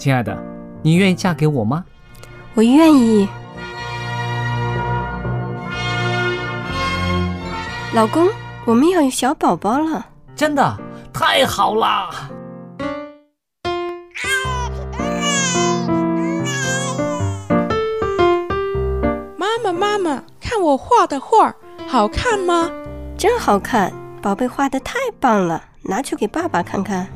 亲爱的，你愿意嫁给我吗？ 我愿意。老公，我们要有小宝宝了。 真的？太好了！ 妈妈，看我画的画，好看吗？ 真好看，宝贝画得太棒了，拿去给爸爸看看。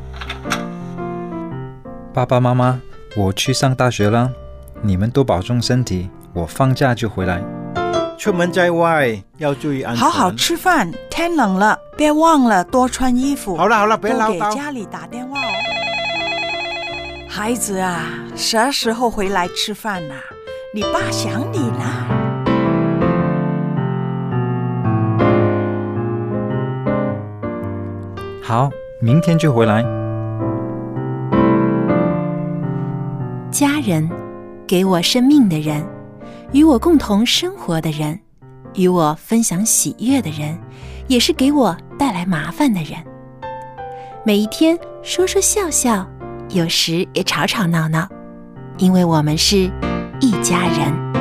爸爸妈妈，我去上大学了，你们多保重身体，我放假就回来。 出门在外要注意安全。 好好吃饭，天冷了，别忘了多穿衣服。 好了，别唠叨。 多给家里打电话哦。孩子啊，啥时候回来吃饭啊？你爸想你啦。 好，明天就回来。 家人，给我生命的人，与我共同生活的人，与我分享喜悦的人，也是给我带来麻烦的人。每一天说说笑笑，有时也吵吵闹闹，因为我们是一家人。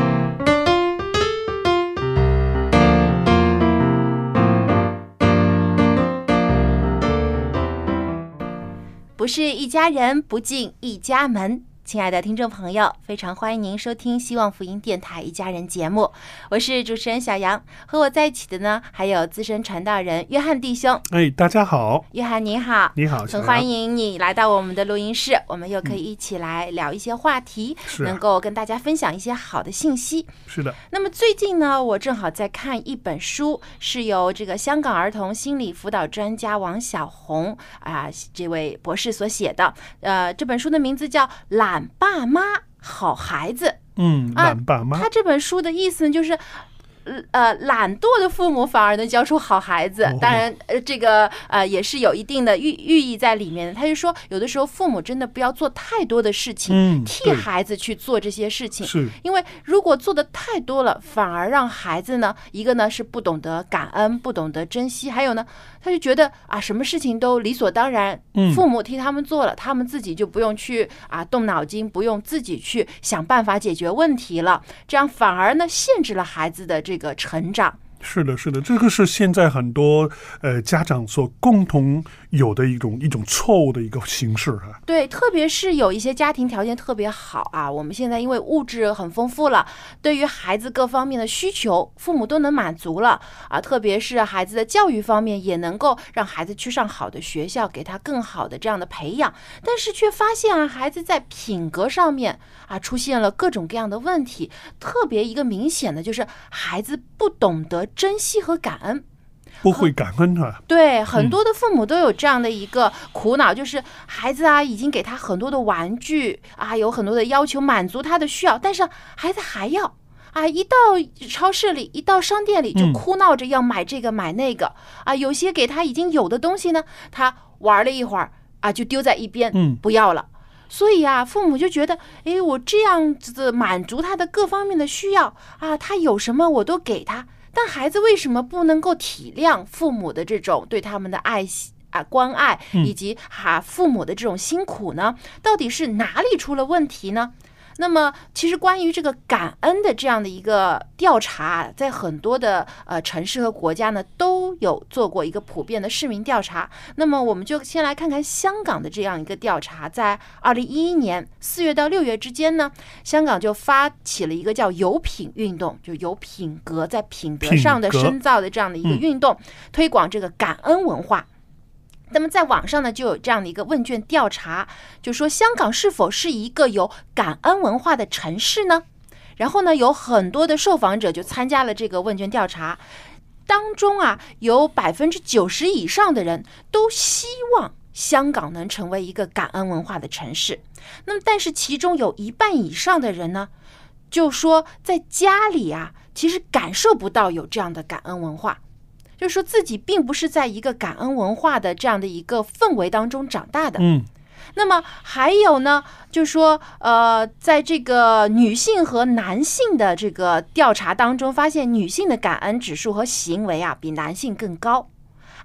不是一家人，不进一家门。亲爱的听众朋友，非常欢迎您收听希望福音电台一家人节目，我是主持人小杨，和我在一起的呢还有资深传道人约翰弟兄。 大家好。 约翰你好。 你好， 很欢迎你来到我们的录音室，我们又可以一起来聊一些话题，能够跟大家分享一些好的信息。 是的。 那么最近呢，我正好在看一本书，是由这个香港儿童心理辅导专家王小红这位博士所写的。这本书的名字叫《懒爸妈好孩子》。 懒爸妈。 他这本书的意思呢，就是懒惰的父母反而能教出好孩子。当然这个也是有一定的寓意在里面的。他就说有的时候父母真的不要做太多的事情，替孩子去做这些事情， 是因为如果做的太多了，反而让孩子呢，一个呢是不懂得感恩，不懂得珍惜，还有呢他就觉得什么事情都理所当然，父母替他们做了，他们自己就不用去动脑筋，不用自己去想办法解决问题了，这样反而呢限制了孩子的这个成长。 是的，这个是现在很多家长所共同有的一种错误的一个形式对，特别是有一些家庭条件特别好我们现在因为物质很丰富了，对于孩子各方面的需求，父母都能满足了特别是孩子的教育方面，也能够让孩子去上好的学校，给他更好的这样的培养。但是却发现孩子在品格上面出现了各种各样的问题，特别一个明显的就是孩子不懂得珍惜和感恩， 不会感恩对，很多的父母都有这样的一个苦恼，就是孩子已经给他很多的玩具有很多的要求满足他的需要，但是孩子还要一到超市里，一到商店里就哭闹着要买这个买那个有些给他已经有的东西呢，他玩了一会儿就丢在一边，不要了。所以父母就觉得我这样子满足他的各方面的需要他有什么我都给他，但孩子为什么不能够体谅父母的这种对他们的爱关爱，以及父母的这种辛苦呢？到底是哪里出了问题呢？那么其实关于这个感恩的这样的一个调查，在很多的城市和国家呢都有做过一个普遍的市民调查。那么我们就先来看看香港的这样一个调查。在2011年4月到6月之间呢，香港就发起了一个叫有品运动，就有品格，在品德上的深造的这样的一个运动，推广这个感恩文化。那么在网上呢就有这样的一个问卷调查，就说香港是否是一个有感恩文化的城市呢？然后呢有很多的受访者就参加了这个问卷调查，当中有90%以上的人都希望香港能成为一个感恩文化的城市。那么但是其中有1半以上的人呢就说在家里其实感受不到有这样的感恩文化，就是说自己并不是在一个感恩文化的这样的一个氛围当中长大的。那么还有呢，就是说在这个女性和男性的这个调查当中，发现女性的感恩指数和行为比男性更高。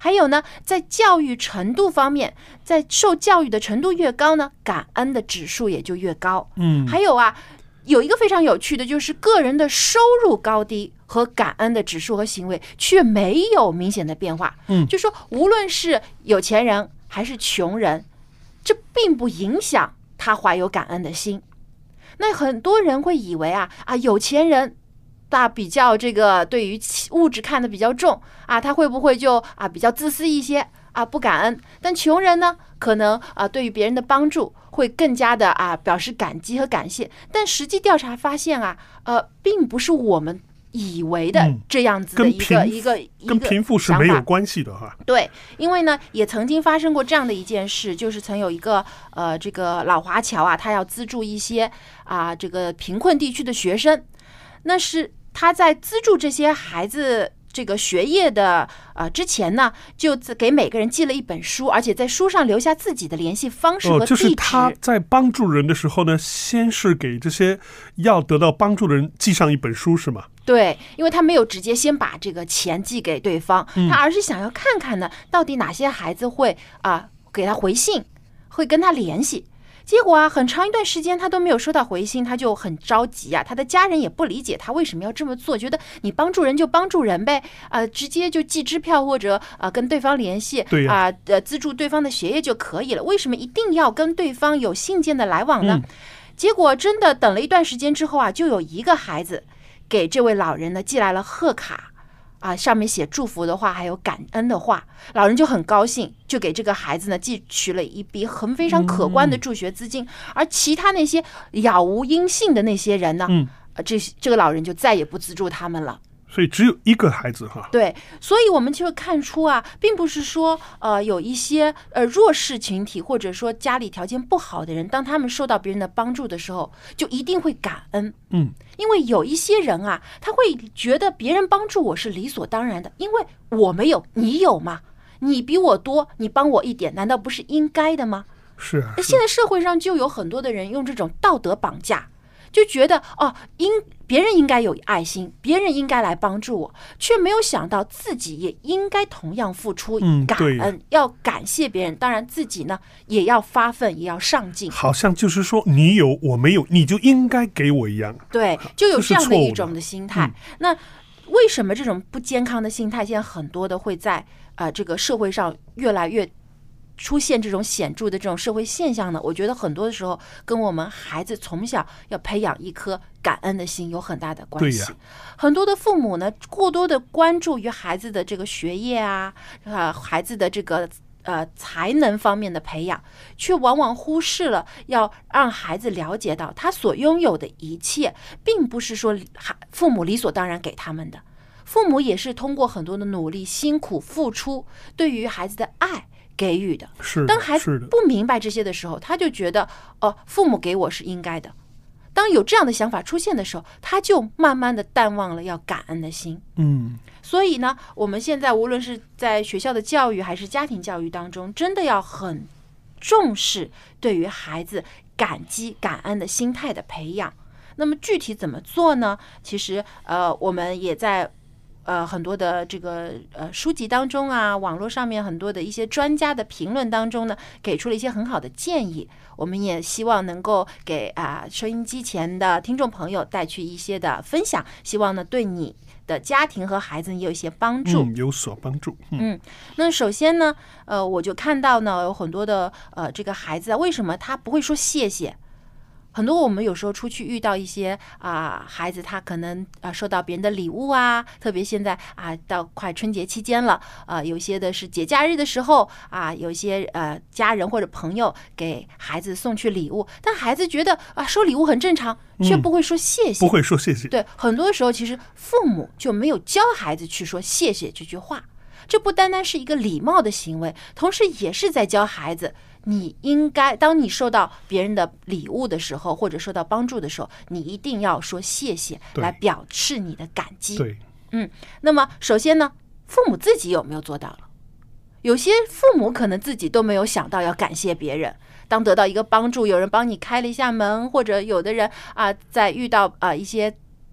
还有呢，在教育程度方面，在受教育的程度越高呢，感恩的指数也就越高。还有啊，有一个非常有趣的，就是个人的收入高低和感恩的指数和行为却没有明显的变化。就说无论是有钱人还是穷人，这并不影响他怀有感恩的心。那很多人会以为有钱人比较这个对于物质看得比较重他会不会就比较自私一些不感恩？但穷人呢，可能对于别人的帮助会更加的表示感激和感谢。但实际调查发现并不是我们以为的这样子的一个跟贫富是没有关系的哈。 对，因为呢，也曾经发生过这样的一件事，就是曾有一个这个老华侨他要资助一些这个贫困地区的学生，那是他在资助这些孩子这个学业的之前呢，就给每个人寄了一本书，而且在书上留下自己的联系方式和地址。 就是他在帮助人的时候呢，先是给这些要得到帮助的人寄上一本书，是吗？ 对，因为他没有直接先把这个钱寄给对方，他而是想要看看呢，到底哪些孩子会给他回信，会跟他联系。结果很长一段时间他都没有收到回信，他就很着急他的家人也不理解他为什么要这么做，觉得你帮助人就帮助人呗，直接就寄支票或者跟对方联系， 对资助对方的学业就可以了，为什么一定要跟对方有信件的来往呢？结果真的等了一段时间之后就有一个孩子给这位老人呢寄来了贺卡。上面写祝福的话，还有感恩的话，老人就很高兴，就给这个孩子呢寄取了一笔非常可观的助学资金。而其他那些杳无音信的那些人呢，这个老人就再也不资助他们了。 所以只有一个孩子哈。 对，所以我们就会看出并不是说有一些弱势群体或者说家里条件不好的人，当他们受到别人的帮助的时候，就一定会感恩。因为有一些人他会觉得别人帮助我是理所当然的，因为我没有，你有吗？你比我多，你帮我一点，难道不是应该的吗？ 是。 现在社会上就有很多的人用这种道德绑架，就觉得别人应该有爱心，别人应该来帮助我，却没有想到自己也应该同样付出感恩，要感谢别人。当然自己呢也要发奋，也要上进。 好像就是说你有我没有，你就应该给我一样。 对，就有这样的一种的心态。那为什么这种不健康的心态现在很多的会在这个社会上越来越出现这种显著的这种社会现象呢？我觉得很多的时候跟我们孩子从小要培养一颗感恩的心有很大的关系。很多的父母呢，过多的关注于孩子的这个学业孩子的这个才能方面的培养，却往往忽视了要让孩子了解到他所拥有的一切并不是说父母理所当然给他们的，父母也是通过很多的努力辛苦付出对于孩子的爱给予的。当孩子不明白这些的时候，他就觉得父母给我是应该的。当有这样的想法出现的时候，他就慢慢的淡忘了要感恩的心。所以呢，我们现在无论是在学校的教育还是家庭教育当中，真的要很重视对于孩子感激感恩的心态的培养。那么具体怎么做呢？其实我们也在很多的这个书籍当中网络上面很多的一些专家的评论当中呢，给出了一些很好的建议。我们也希望能够给收音机前的听众朋友带去一些的分享，希望呢对你的家庭和孩子也有一些帮助， 有所帮助。 那首先呢，我就看到呢有很多的这个孩子为什么他不会说谢谢？很多我们有时候出去遇到一些孩子，他可能收到别人的礼物特别现在到快春节期间了，有些的是节假日的时候有一些家人或者朋友给孩子送去礼物，但孩子觉得收礼物很正常，却不会说谢谢， 不会说谢谢。 对，很多时候其实父母就没有教孩子去说谢谢这句话，这不单单是一个礼貌的行为，同时也是在教孩子，你应该当你收到别人的礼物的时候，或者受到帮助的时候，你一定要说谢谢，来表示你的感激。 对， 那么首先呢，父母自己有没有做到了？有些父母可能自己都没有想到要感谢别人。当得到一个帮助，有人帮你开了一下门，或者有的人在遇到一些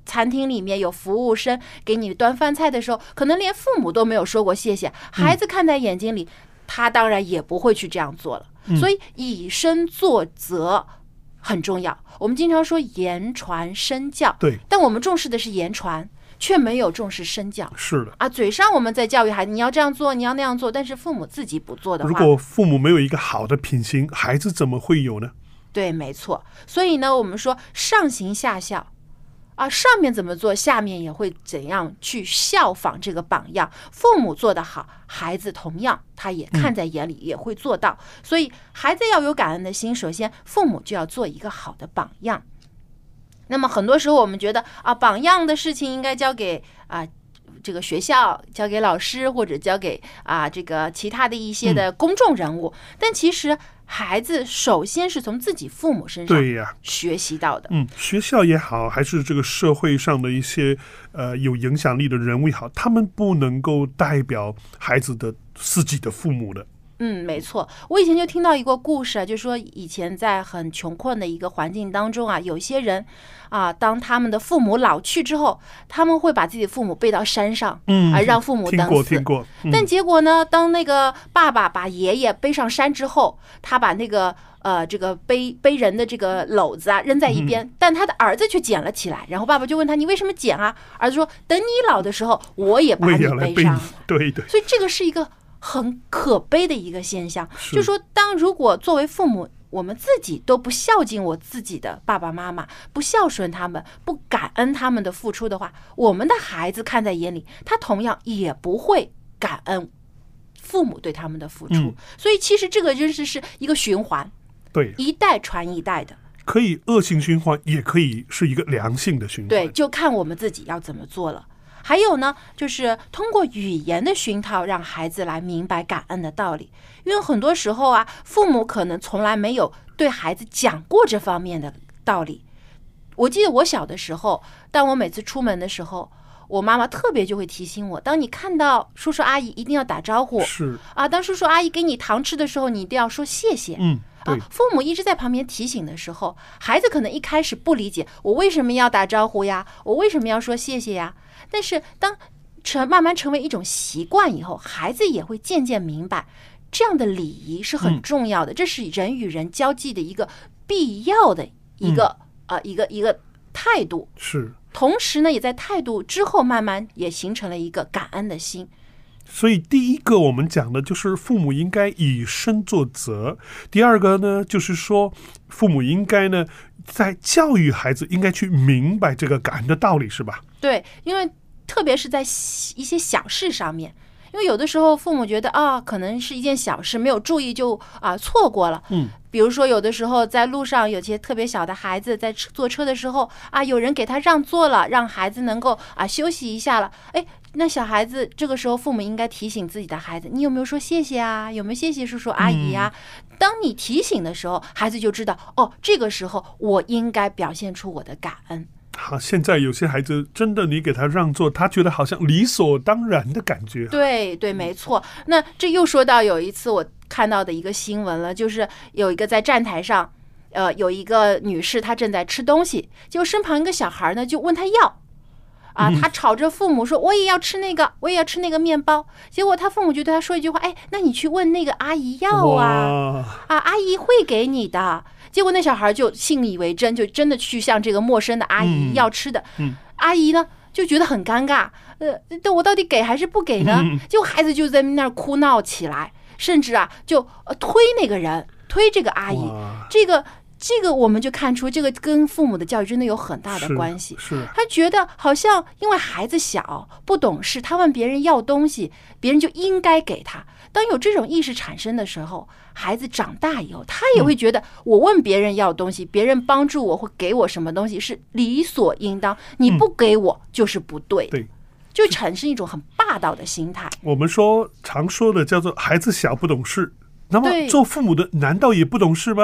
餐厅里面有服务生给你端饭菜的时候，可能连父母都没有说过谢谢，孩子看在眼睛里，他当然也不会去这样做了。所以以身作则很重要。我们经常说言传身教， 对， 但我们重视的是言传，却没有重视身教。 是的啊，嘴上我们在教育孩子，你要这样做，你要那样做，但是父母自己不做的话， 如果父母没有一个好的品行，孩子怎么会有呢？ 对，没错。所以呢，我们说上行下效啊，上面怎么做，下面也会怎样去效仿这个榜样。父母做得好，孩子同样他也看在眼里，也会做到。所以孩子要有感恩的心，首先父母就要做一个好的榜样。那么很多时候我们觉得啊，榜样的事情应该交给这个学校，交给老师，或者交给这个其他的一些的公众人物，但其实孩子首先是从自己父母身上学习到的。 学校也好，还是这个社会上的一些有影响力的人物也好，他们不能够代表孩子的自己的父母的。 没错。我以前就听到一个故事就说以前在很穷困的一个环境当中有些人当他们的父母老去之后，他们会把自己的父母背到山上，让父母等死。 听过。 但结果呢，当那个爸爸把爷爷背上山之后，他把那个这个背人的这个篓子扔在一边，但他的儿子却捡了起来。然后爸爸就问他：“你为什么捡啊？”儿子说：“等你老的时候，我也把你背上。” 对。 所以这个是一个很可悲的一个现象，就是说，如果作为父母，我们自己都不孝敬我自己的爸爸妈妈，不孝顺他们，不感恩他们的付出的话，我们的孩子看在眼里，他同样也不会感恩父母对他们的付出。所以其实这个真是一个循环， 对， 一代传一代的， 可以恶性循环，也可以是一个良性的循环。 对，就看我们自己要怎么做了。还有呢，就是通过语言的熏陶，让孩子来明白感恩的道理。因为很多时候父母可能从来没有对孩子讲过这方面的道理。我记得我小的时候，当我每次出门的时候，我妈妈特别就会提醒我，当你看到叔叔阿姨一定要打招呼， 是当叔叔阿姨给你糖吃的时候，你一定要说谢谢。父母一直在旁边提醒的时候，孩子可能一开始不理解，我为什么要打招呼呀？我为什么要说谢谢呀？但是当慢慢成为一种习惯以后，孩子也会渐渐明白，这样的礼仪是很重要的，这是人与人交际的一个必要的一个态度。 是。 同时呢，也在态度之后慢慢也形成了一个感恩的心。 所以第一个我们讲的就是父母应该以身作则，第二个呢就是说父母应该呢在教育孩子应该去明白这个感恩的道理，是吧？ 对，因为特别是在一些小事上面，因为有的时候父母觉得可能是一件小事，没有注意就错过了。比如说有的时候在路上有些特别小的孩子在坐车的时候有人给他让座了，让孩子能够休息一下了。那小孩子这个时候父母应该提醒自己的孩子，你有没有说谢谢啊？有没有谢谢叔叔阿姨啊？当你提醒的时候，孩子就知道这个时候我应该表现出我的感恩。 现在有些孩子真的你给他让座，他觉得好像理所当然的感觉。 对，没错。那这又说到有一次我看到的一个新闻了，就是有一个在站台上有一个女士，她正在吃东西，结果身旁一个小孩呢就问她要他吵着父母说我也要吃那个，我也要吃那个面包。结果他父母就对他说一句话，那你去问那个阿姨要阿姨会给你的。结果那小孩就信以为真，就真的去向这个陌生的阿姨要吃的。阿姨呢就觉得很尴尬，我到底给还是不给呢？结果孩子就在那儿哭闹起来，甚至就推那个人，推这个阿姨。这个我们就看出，这个跟父母的教育真的有很大的关系。 是他觉得好像因为孩子小不懂事，他问别人要东西，别人就应该给他。当有这种意识产生的时候，孩子长大以后，他也会觉得我问别人要东西，别人帮助我或给我什么东西是理所应当，你不给我就是不对。 对， 就产生一种很霸道的心态。 我们常说的叫做孩子小不懂事，那么做父母的难道也不懂事吗？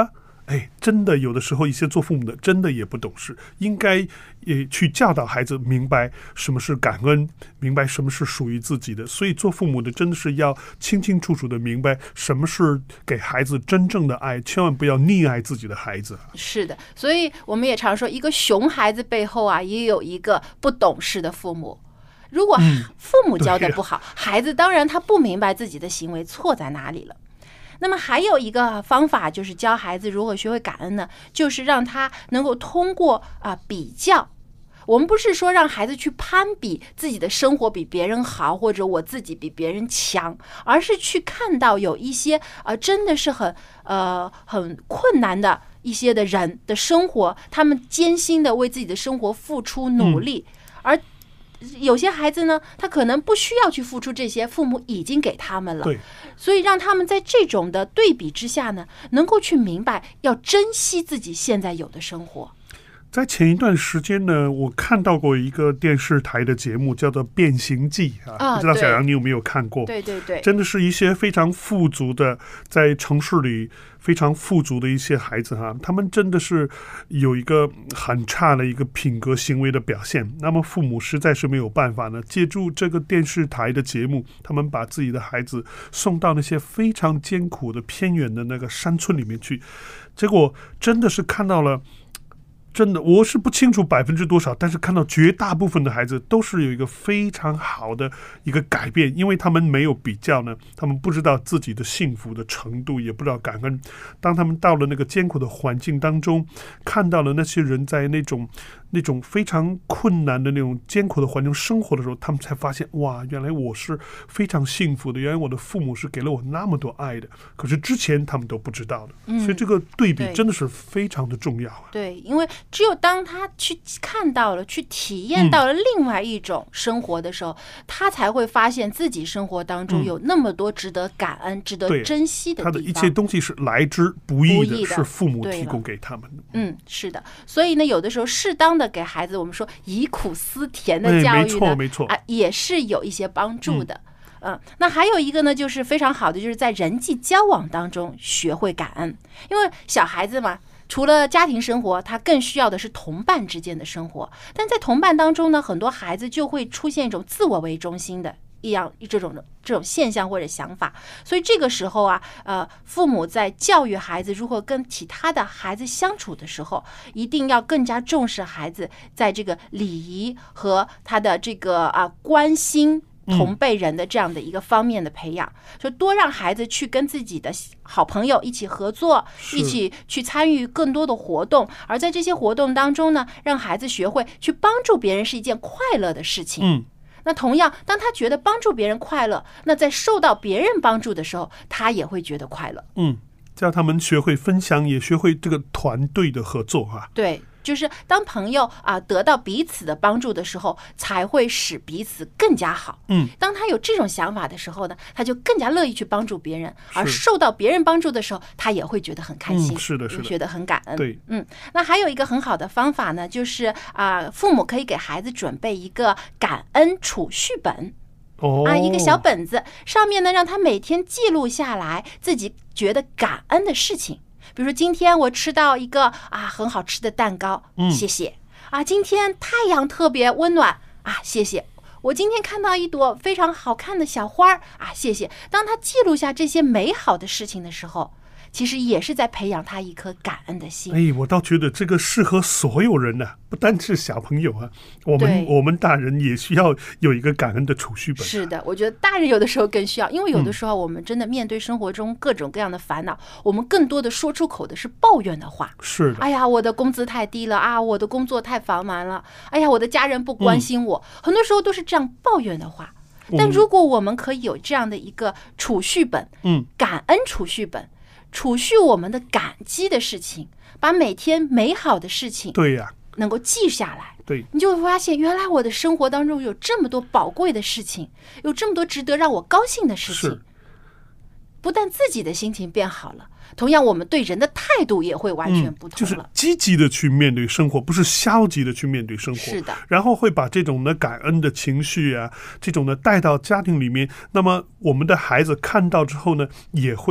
真的有的时候一些做父母的真的也不懂事，应该也去教导孩子明白什么是感恩，明白什么是属于自己的。所以做父母的真的是要清清楚楚的明白什么是给孩子真正的爱，千万不要溺爱自己的孩子。 是的，所以我们也常说，一个熊孩子背后啊，也有一个不懂事的父母。如果父母教的不好，孩子当然他不明白自己的行为错在哪里了。那么还有一个方法，就是教孩子如何学会感恩呢，就是让他能够通过比较。我们不是说让孩子去攀比自己的生活比别人好，或者我自己比别人强，而是去看到有一些真的是很困难的一些的人的生活，他们艰辛的为自己的生活付出努力，而有些孩子呢，他可能不需要去付出这些，父母已经给他们了。 对， 所以让他们在这种的对比之下呢，能够去明白要珍惜自己现在有的生活。 在前一段时间呢，我看到过一个电视台的节目，叫做《变形记》不知道小杨你有没有看过？ 对对对， 真的是一些非常富足的，在城市里非常富足的一些孩子他们真的是有一个很差的一个品格行为的表现。那么父母实在是没有办法呢，借助这个电视台的节目，他们把自己的孩子送到那些非常艰苦的偏远的那个山村里面去，结果真的是看到了。真的，我是不清楚多少，但是看到绝大部分的孩子都是有一个非常好的一个改变，因为他们没有比较呢，他们不知道自己的幸福的程度，也不知道感恩。当他们到了那个艰苦的环境当中，看到了那些人在那种非常困难的那种艰苦的环境生活的时候，他们才发现，哇，原来我是非常幸福的，原来我的父母是给了我那么多爱的，可是之前他们都不知道的。所以这个对比真的是非常的重要。 对，因为只有当他去看到了，去体验到了另外一种生活的时候，他才会发现自己生活当中有那么多值得感恩、值得珍惜的地方。 他的一切东西是来之不易的，是父母提供给他们的。 是的。所以呢，有的时候适当的给孩子，我们说以苦思甜的教育呢， 没错也是有一些帮助的。那还有一个呢，就是非常好的，就是在人际交往当中学会感恩，因为小孩子嘛。除了家庭生活，他更需要的是同伴之间的生活。但在同伴当中呢，很多孩子就会出现一种自我为中心的这种现象或者想法。所以这个时候啊，父母在教育孩子如何跟其他的孩子相处的时候，一定要更加重视孩子在这个礼仪和他的这个关心同辈人的这样的一个方面的培养，就多让孩子去跟自己的好朋友一起合作，一起去参与更多的活动，而在这些活动当中呢，让孩子学会去帮助别人是一件快乐的事情。那同样，当他觉得帮助别人快乐，那在受到别人帮助的时候，他也会觉得快乐。 叫他们学会分享，也学会这个团队的合作对。就是当朋友得到彼此的帮助的时候，才会使彼此更加好。当他有这种想法的时候呢，他就更加乐意去帮助别人，而受到别人帮助的时候，他也会觉得很开心。 是的， 觉得很感恩。 对， 那还有一个很好的方法呢，就是父母可以给孩子准备一个感恩储蓄本。一个小本子，上面呢让他每天记录下来自己觉得感恩的事情。比如说今天我吃到一个很好吃的蛋糕，谢谢。今天太阳特别温暖谢谢。我今天看到一朵非常好看的小花谢谢。当他记录下这些美好的事情的时候，其实也是在培养他一颗感恩的心。 我倒觉得这个适合所有人不单是小朋友我们大人也需要有一个感恩的储蓄本。 是的，我觉得大人有的时候更需要，因为有的时候我们真的面对生活中各种各样的烦恼，我们更多的说出口的是抱怨的话。 是的， 哎呀，我的工资太低了我的工作太繁忙了，哎呀，我的家人不关心我，很多时候都是这样抱怨的话。但如果我们可以有这样的一个储蓄本，感恩储蓄本，储蓄我们的感激的事情，把每天美好的事情能够记下来。 对， 你就会发现原来我的生活当中有这么多宝贵的事情，有这么多值得让我高兴的事情。不但自己的心情变好了，同样我们对人的态度也会完全不同了。 就是积极的去面对生活，不是消极的去面对生活。 是的， 然后会把这种的感恩的情绪这种的带到家庭里面，那么我们的孩子看到之后呢，也会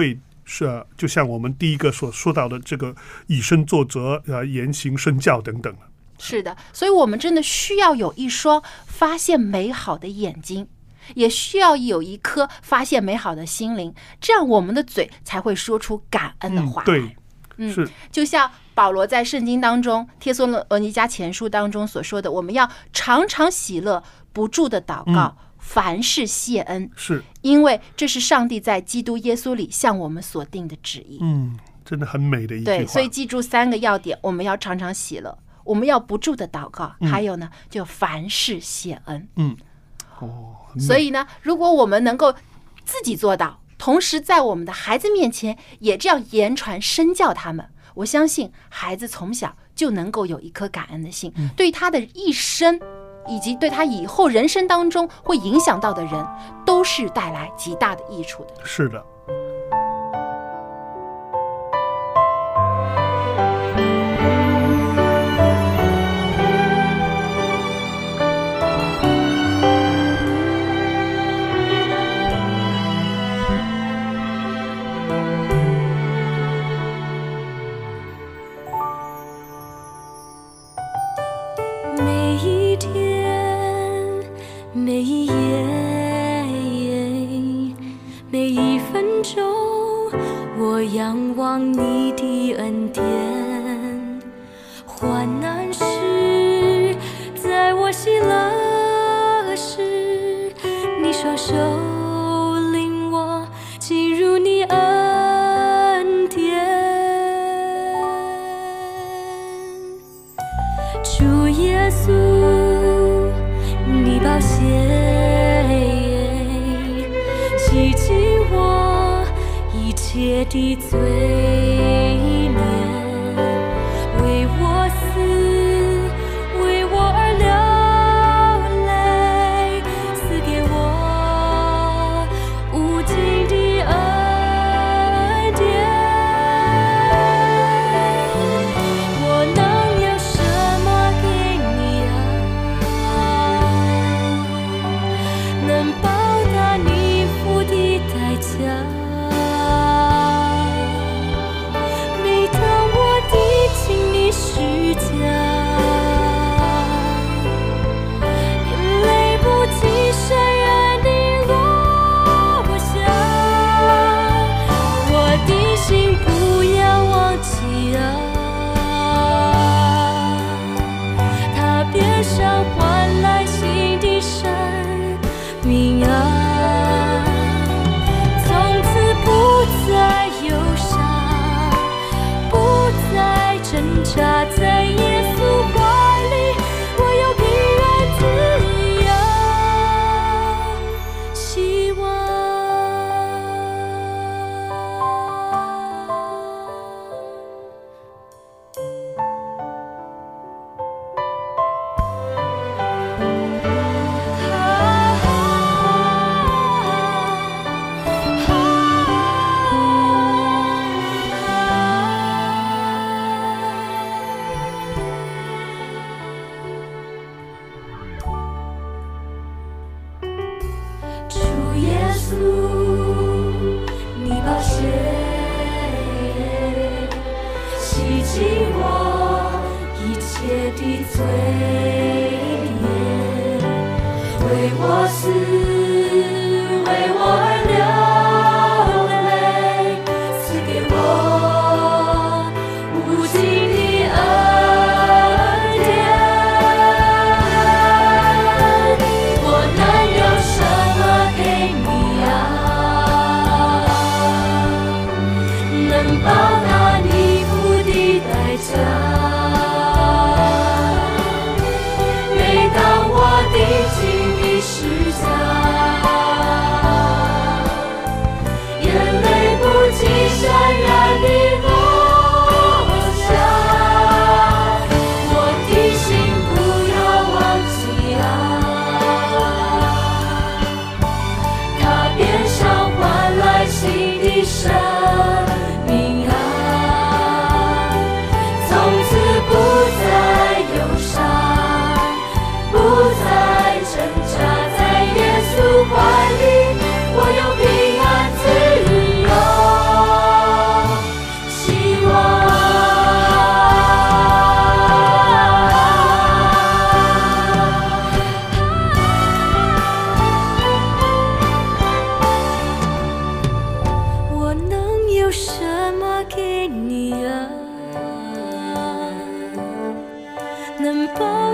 是就像我们第一个所说到的这个以身作则，言行身教等等。 是的，所以我们真的需要有一双发现美好的眼睛，也需要有一颗发现美好的心灵，这样我们的嘴才会说出感恩的话来。 对，是就像保罗在圣经当中帖撒罗尼迦前书当中所说的，我们要常常喜乐，不住的祷告，凡事谢恩， 是因为这是上帝在基督耶稣里向我们所定的旨意。 真的很美的一句话。 对，所以记住3个要点，我们要常常喜乐，我们要不住的祷告，还有呢，就凡事谢恩。所以呢，如果我们能够自己做到，同时在我们的孩子面前也这样言传身教他们，我相信孩子从小就能够有一颗感恩的心，对他的一生以及对他以后人生当中会影响到的人，都是带来极大的益处的。 是的。 每一天，每一夜，每一分钟，我仰望你的恩典。患难时，在我喜乐时，你双手领我进入你恩典。主耶稣，你宝血洗净我一切的罪孽，为我死，为我而流泪，赐给我无尽的恩典。我能有什么给你能报答你付的代价？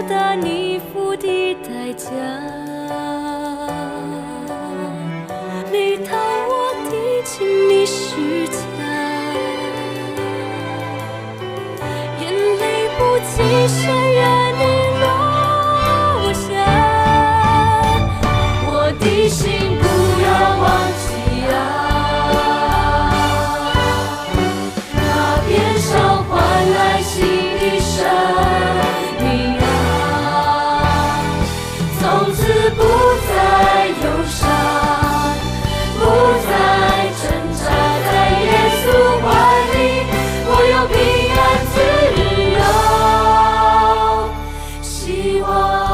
担你付的代价。你讨我的情，你施加，眼泪不及潸然地落下。我的心不要忘记啊，那片伤换来新的生命啊，从此不再忧伤，不再挣扎，在耶稣怀里，我有平安自由希望。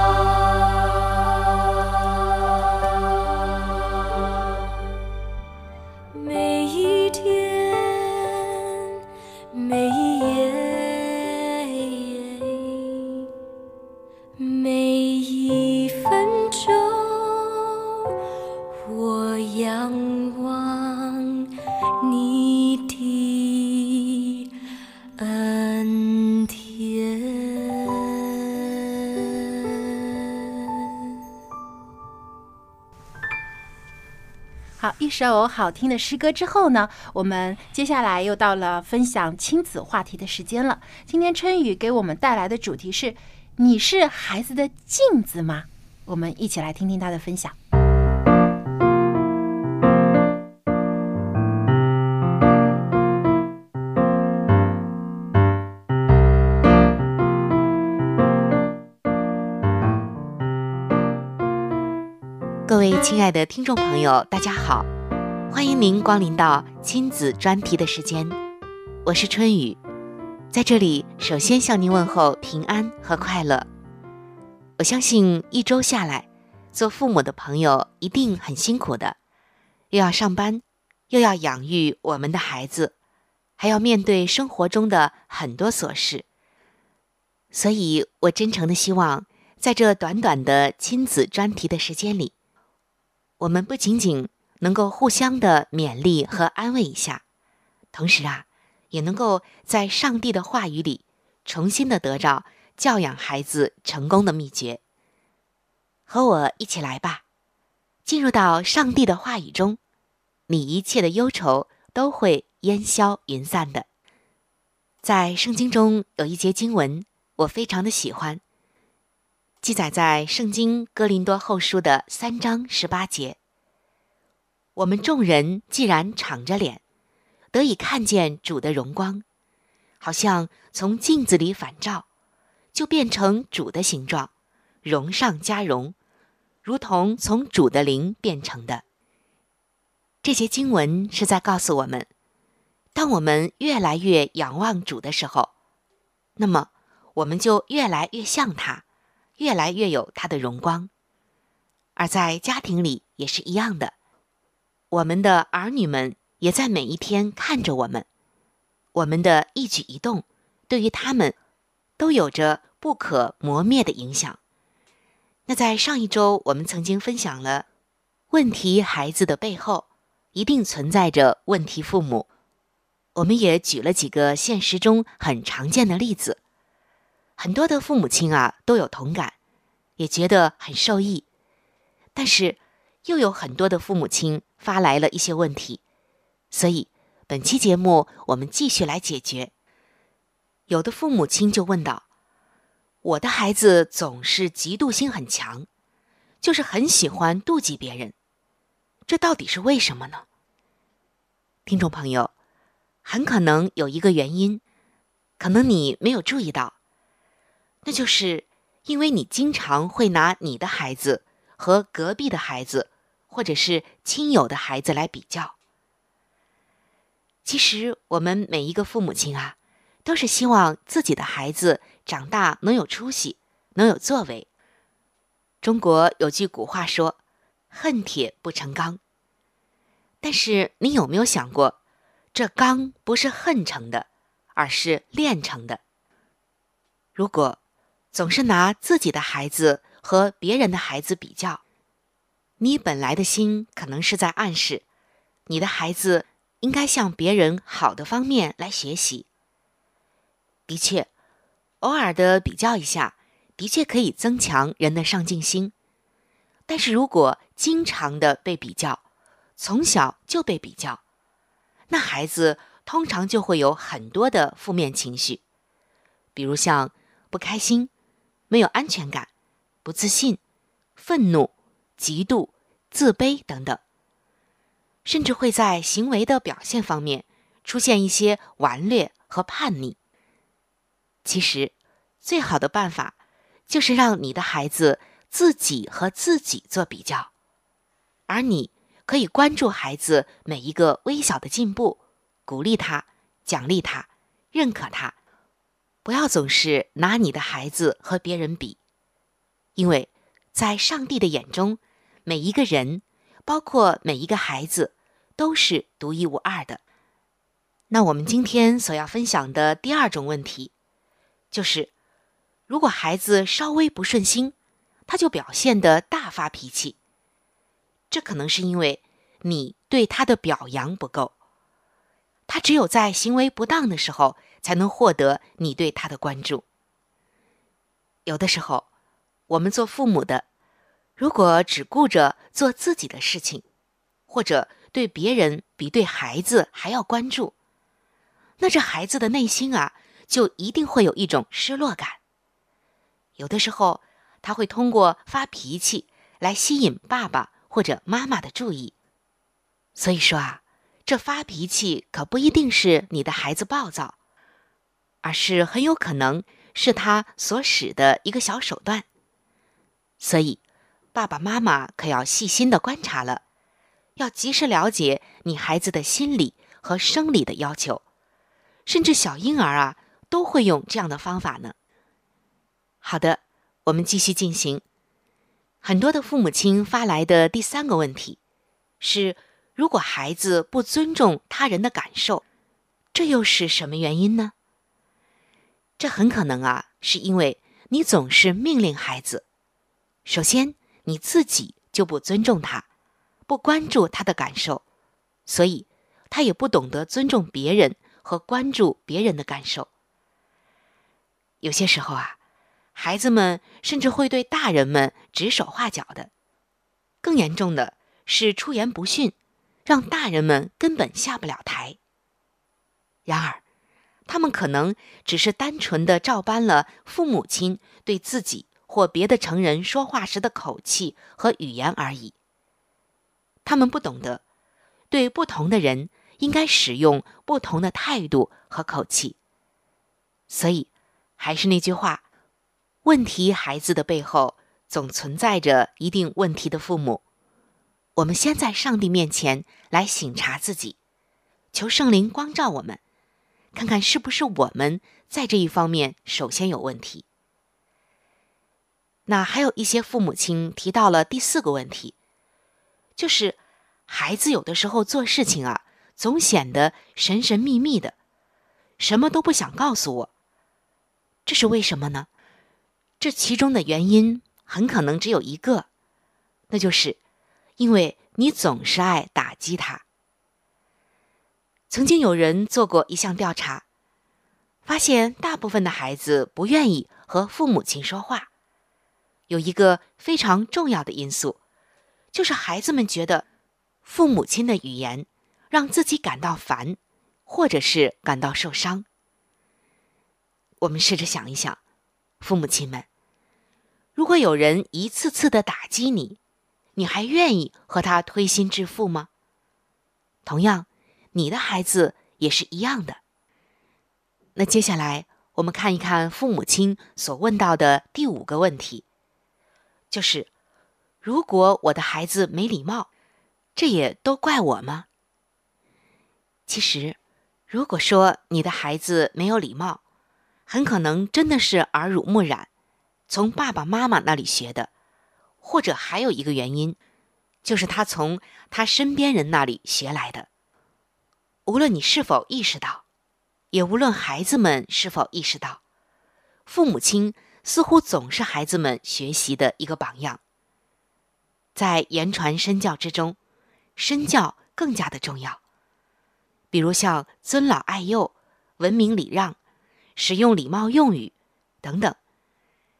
每一天，每一夜，每一分钟，我仰望你的恩典。 好，一首好听的诗歌之后呢，我们接下来又到了分享亲子话题的时间了。今天春雨给我们带来的主题是：你是孩子的镜子吗？我们一起来听听他的分享。 各位亲爱的听众朋友，大家好，欢迎您光临到亲子专题的时间，我是春雨，在这里首先向您问候平安和快乐。我相信一周下来，做父母的朋友一定很辛苦的，又要上班，又要养育我们的孩子，还要面对生活中的很多琐事。所以我真诚的希望，在这短短的亲子专题的时间里，我们不仅仅能够互相的勉励和安慰一下，同时也能够在上帝的话语里重新的得到教养孩子成功的秘诀。和我一起来吧，进入到上帝的话语中，你一切的忧愁都会烟消云散的。在圣经中有一节经文，我非常的喜欢，记载在圣经哥林多后书的3章18节。我们众人既然敞着脸，得以看见主的荣光，好像从镜子里反照，就变成主的形状，荣上加荣，如同从主的灵变成的。这些经文是在告诉我们，当我们越来越仰望主的时候，那么我们就越来越像他，越来越有他的荣光。而在家庭里也是一样的，我们的儿女们也在每一天看着我们，我们的一举一动对于他们都有着不可磨灭的影响。那在上一周我们曾经分享了，问题孩子的背后一定存在着问题父母。我们也举了几个现实中很常见的例子，很多的父母亲都有同感，也觉得很受益。但是又有很多的父母亲发来了一些问题，所以本期节目我们继续来解决。有的父母亲就问道，我的孩子总是嫉妒心很强，就是很喜欢妒忌别人，这到底是为什么呢？听众朋友，很可能有一个原因，可能你没有注意到，那就是因为你经常会拿你的孩子和隔壁的孩子，或者是亲友的孩子来比较。其实我们每一个父母亲都是希望自己的孩子长大能有出息，能有作为。中国有句古话说，恨铁不成钢。但是你有没有想过，这钢不是恨成的，而是炼成的。如果总是拿自己的孩子和别人的孩子比较，你本来的心可能是在暗示，你的孩子应该向别人好的方面来学习。的确，偶尔的比较一下， 的确可以增强人的上进心，但是如果经常的被比较，从小就被比较，那孩子通常就会有很多的负面情绪，比如像不开心、没有安全感、不自信、愤怒、嫉妒、自卑等等，甚至会在行为的表现方面出现一些顽劣和叛逆。其实，最好的办法就是让你的孩子自己和自己做比较，而你可以关注孩子每一个微小的进步，鼓励他，奖励他，认可他，不要总是拿你的孩子和别人比，因为在上帝的眼中，每一个人，包括每一个孩子，都是独一无二的。那我们今天所要分享的第二种问题，就是如果孩子稍微不顺心，他就表现得大发脾气，这可能是因为你对他的表扬不够，他只有在行为不当的时候才能获得你对他的关注。有的时候，我们做父母的，如果只顾着做自己的事情，或者对别人比对孩子还要关注，那这孩子的内心啊，就一定会有一种失落感。有的时候，他会通过发脾气来吸引爸爸或者妈妈的注意。所以说啊，这发脾气可不一定是你的孩子暴躁，而是很有可能是他所使的一个小手段。所以，爸爸妈妈可要细心的观察了，要及时了解你孩子的心理和生理的要求，甚至小婴儿啊，都会用这样的方法呢。好的，我们继续进行。很多的父母亲发来的第三个问题是，如果孩子不尊重他人的感受，这又是什么原因呢？这很可能啊，是因为你总是命令孩子。首先，你自己就不尊重他，不关注他的感受，所以他也不懂得尊重别人和关注别人的感受。有些时候啊，孩子们甚至会对大人们指手画脚的，更严重的是出言不逊，让大人们根本下不了台。然而，他们可能只是单纯的照搬了父母亲对自己或别的成人说话时的口气和语言而已。他们不懂得，对不同的人应该使用不同的态度和口气。所以，还是那句话，问题孩子的背后总存在着一定问题的父母。我们先在上帝面前来省察自己，求圣灵光照我们，看看是不是我们在这一方面首先有问题。那还有一些父母亲提到了第四个问题，就是孩子有的时候做事情啊，总显得神神秘秘的，什么都不想告诉我。这是为什么呢？这其中的原因很可能只有一个，那就是因为你总是爱打击他。曾经有人做过一项调查，发现大部分的孩子不愿意和父母亲说话。有一个非常重要的因素，就是孩子们觉得父母亲的语言让自己感到烦，或者是感到受伤。我们试着想一想，父母亲们，如果有人一次次的打击你，你还愿意和他推心置腹吗？同样，你的孩子也是一样的。那接下来我们看一看父母亲所问到的第五个问题，就是如果我的孩子没礼貌，这也都怪我吗？其实，如果说你的孩子没有礼貌，很可能真的是耳濡目染，从爸爸妈妈那里学的，或者还有一个原因，就是他从他身边人那里学来的。无论你是否意识到，也无论孩子们是否意识到，父母亲似乎总是孩子们学习的一个榜样。在言传身教之中，身教更加的重要。比如像尊老爱幼、文明礼让、使用礼貌用语等等。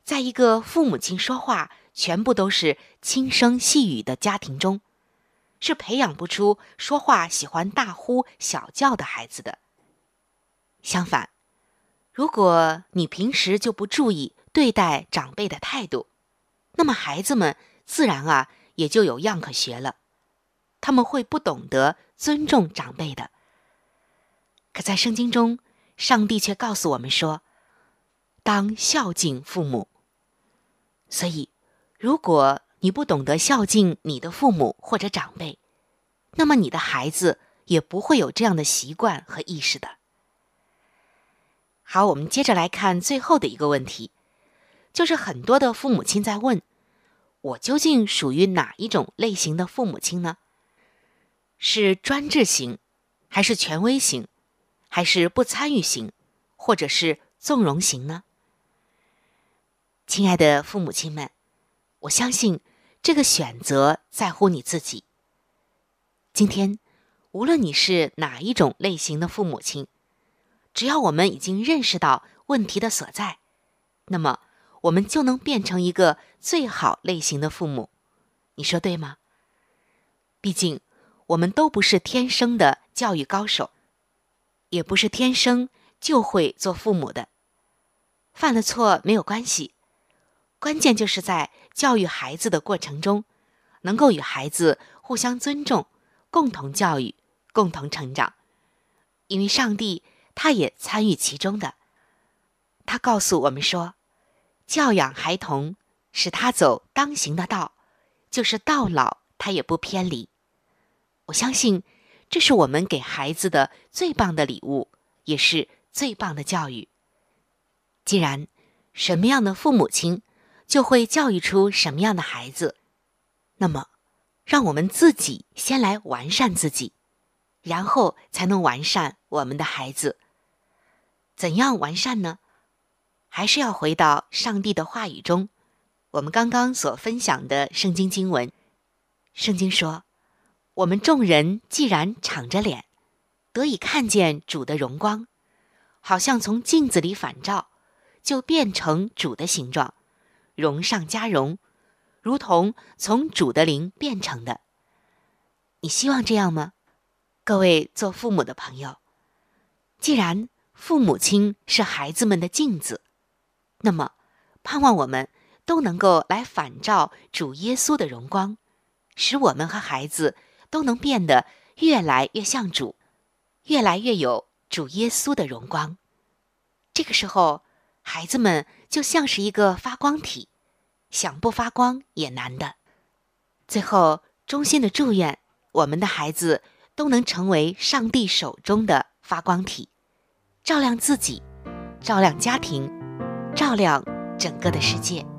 在一个父母亲说话全部都是轻声细语的家庭中，是培养不出说话喜欢大呼小叫的孩子的。相反，如果你平时就不注意对待长辈的态度，那么孩子们自然也就有样可学了，他们会不懂得尊重长辈的。可在圣经中，上帝却告诉我们说，当孝敬父母。所以，如果你不懂得孝敬你的父母或者长辈，那么你的孩子也不会有这样的习惯和意识的。好，我们接着来看最后的一个问题，就是很多的父母亲在问，我究竟属于哪一种类型的父母亲呢？是专制型，还是权威型，还是不参与型，或者是纵容型呢？亲爱的父母亲们，我相信这个选择在乎你自己。今天，无论你是哪一种类型的父母亲，只要我们已经认识到问题的所在，那么我们就能变成一个最好类型的父母。你说对吗？毕竟，我们都不是天生的教育高手，也不是天生就会做父母的。犯了错没有关系，关键就是在教育孩子的过程中，能够与孩子互相尊重，共同教育，共同成长。因为上帝他也参与其中的。他告诉我们说，教养孩童，使他走当行的道，就是到老他也不偏离。我相信这是我们给孩子的最棒的礼物，也是最棒的教育。既然什么样的父母亲就会教育出什么样的孩子，那么让我们自己先来完善自己，然后才能完善我们的孩子。怎样完善呢？还是要回到上帝的话语中，我们刚刚所分享的圣经经文。圣经说，我们众人既然敞着脸，得以看见主的荣光，好像从镜子里反照，就变成主的形状，荣上加荣，如同从主的灵变成的。你希望这样吗？各位做父母的朋友，既然父母亲是孩子们的镜子，那么盼望我们都能够来反照主耶稣的荣光，使我们和孩子都能变得越来越像主，越来越有主耶稣的荣光。这个时候，孩子们就像是一个发光体，想不发光也难的。最后，衷心的祝愿我们的孩子都能成为上帝手中的发光体，照亮自己，照亮家庭，照亮整个的世界。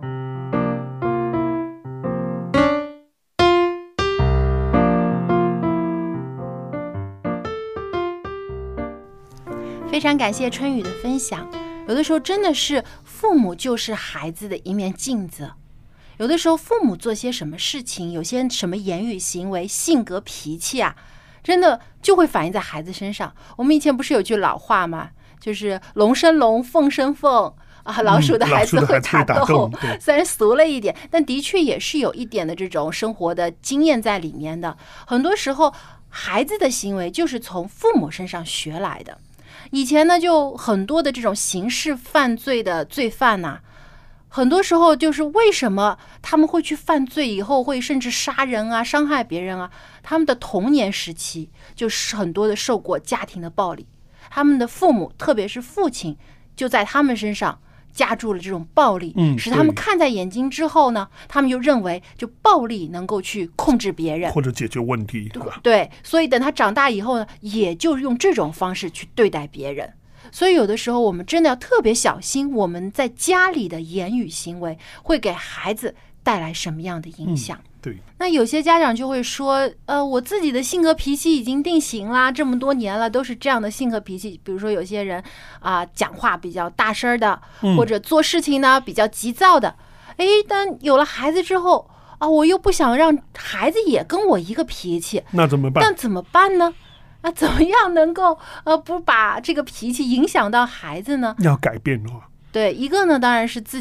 非常感谢春雨的分享。有的时候真的是父母就是孩子的一面镜子，有的时候父母做些什么事情，有些什么言语行为、性格脾气真的就会反映在孩子身上。我们以前不是有句老话吗？就是龙生龙，凤生凤老鼠的孩子会打斗。虽然俗了一点，但的确也是有一点的这种生活的经验在里面的。很多时候孩子的行为就是从父母身上学来的。以前呢，就很多的这种刑事犯罪的罪犯很多时候就是为什么他们会去犯罪，以后会甚至杀人伤害别人他们的童年时期就是很多的受过家庭的暴力，他们的父母特别是父亲就在他们身上加注了这种暴力，使他们看在眼睛之后呢，他们就认为就暴力能够去控制别人或者解决问题。 对，所以等他长大以后呢，也就用这种方式去对待别人。所以有的时候我们真的要特别小心，我们在家里的言语行为会给孩子带来什么样的影响。 对， 那有些家长就会说，我自己的性格脾气已经定型啦，这么多年了都是这样的性格脾气。比如说有些人讲话比较大声的，或者做事情呢比较急躁的。但有了孩子之后我又不想让孩子也跟我一个脾气， 那怎么办？ 那怎么办呢？怎么样能够不把这个脾气影响到孩子呢？ 要改变对，一个呢当然是自己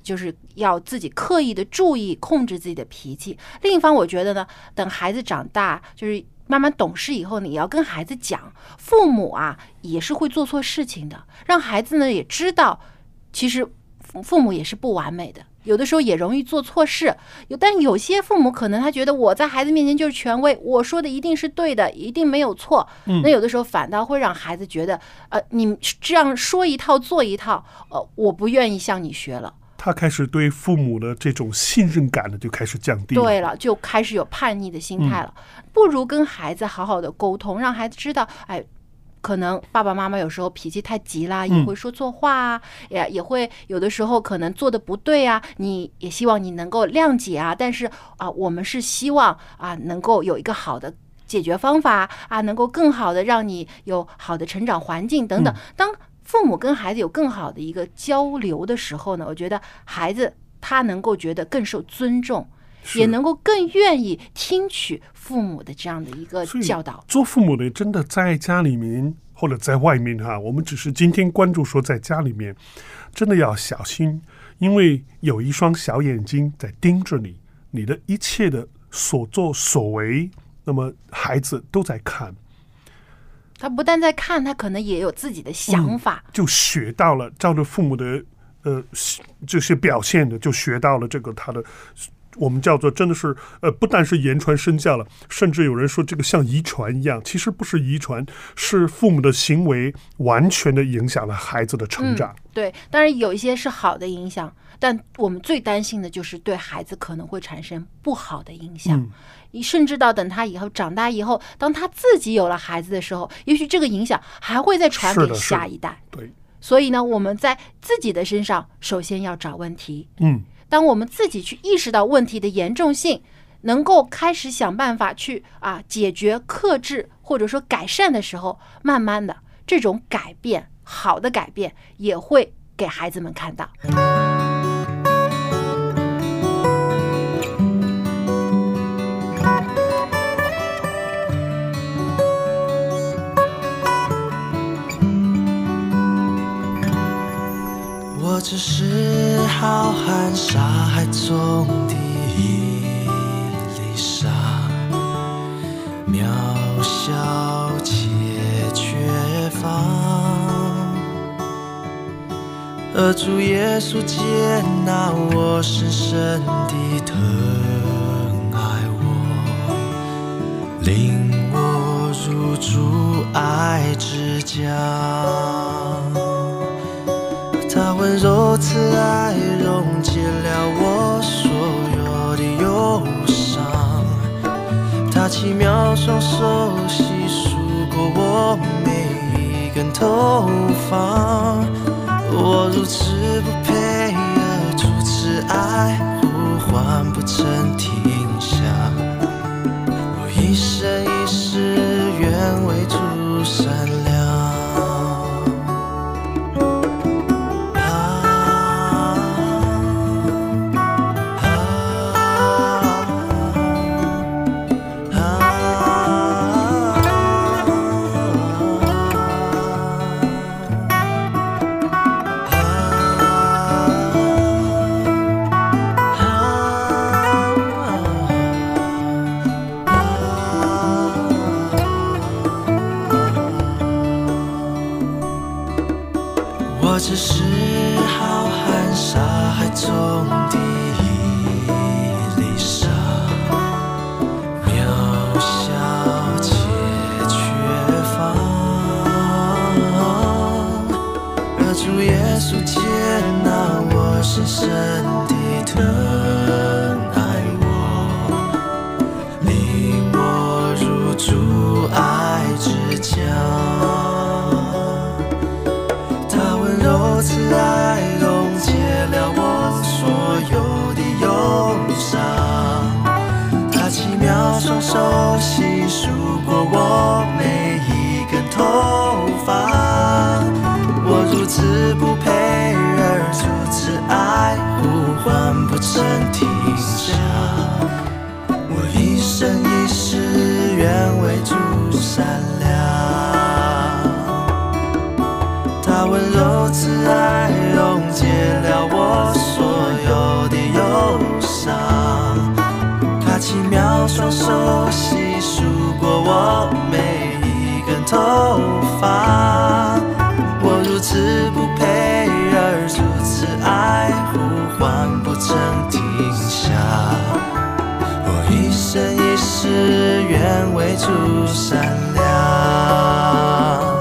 就是要自己刻意的注意控制自己的脾气。另一方，我觉得呢，等孩子长大，就是慢慢懂事以后，你要跟孩子讲，父母啊也是会做错事情的，让孩子呢也知道，其实父母也是不完美的，有的时候也容易做错事。但有些父母可能他觉得我在孩子面前就是权威，我说的一定是对的，一定没有错。那有的时候反倒会让孩子觉得，你这样说一套做一套，我不愿意向你学了。 他开始对父母的这种信任感呢就开始降低了。 对了，就开始有叛逆的心态了。不如跟孩子好好的沟通，让孩子知道，可能爸爸妈妈有时候脾气太急啦，也会说错话啊，也会有的时候可能做的不对啊，你也希望你能够谅解啊。但是我们是希望能够有一个好的解决方法能够更好的让你有好的成长环境等等。当父母跟孩子有更好的一个交流的时候呢，我觉得孩子他能够觉得更受尊重，也能够更愿意听取父母的这样的一个教导。 做父母的真的在家里面或者在外面我们只是今天关注说在家里面，真的要小心，因为有一双小眼睛在盯着你，你的一切的所作所为，那么孩子都在看。 他不但在看，他可能也有自己的想法， 就学到了照着父母的这些表现的，就学到了这个他的，我们叫做真的是不但是言传身教了，甚至有人说这个像遗传一样，其实不是遗传，是父母的行为完全的影响了孩子的成长。 对，当然有一些是好的影响，但我们最担心的就是对孩子可能会产生不好的影响。甚至到等他以后长大以后，当他自己有了孩子的时候，也许这个影响还会再传给下一代。 对， 所以呢，我们在自己的身上首先要找问题。当我们自己去意识到问题的严重性，能够开始想办法去解决、克制或者说改善的时候，慢慢的这种改变，好的改变也会给孩子们看到。 我只是浩瀚沙海中的一粒沙，渺小且缺乏，而主耶稣接纳我，深深地疼爱我，领我入主爱之家。他温柔慈爱溶解了我所有的忧伤，他奇妙双手细数过我每一根头发。我如此不配，而主慈爱呼唤不曾停下。我一生一世愿为主善良。我只是浩瀚沙海中的一粒沙，渺小且缺乏，而主耶稣接纳我，深深地疼爱我，领我入主爱之家。慈爱溶解了我所有的忧伤，他奇妙双手细数过我每一根头发。我如此不配，而主慈爱呼唤不曾停下。我一生一世愿为主善良。他温柔柔慈爱溶解了我所有的忧伤，他奇妙双手细数过我每一根头发，我如此不配，而如此爱，呼唤不曾停下，我一生一世愿为主善良。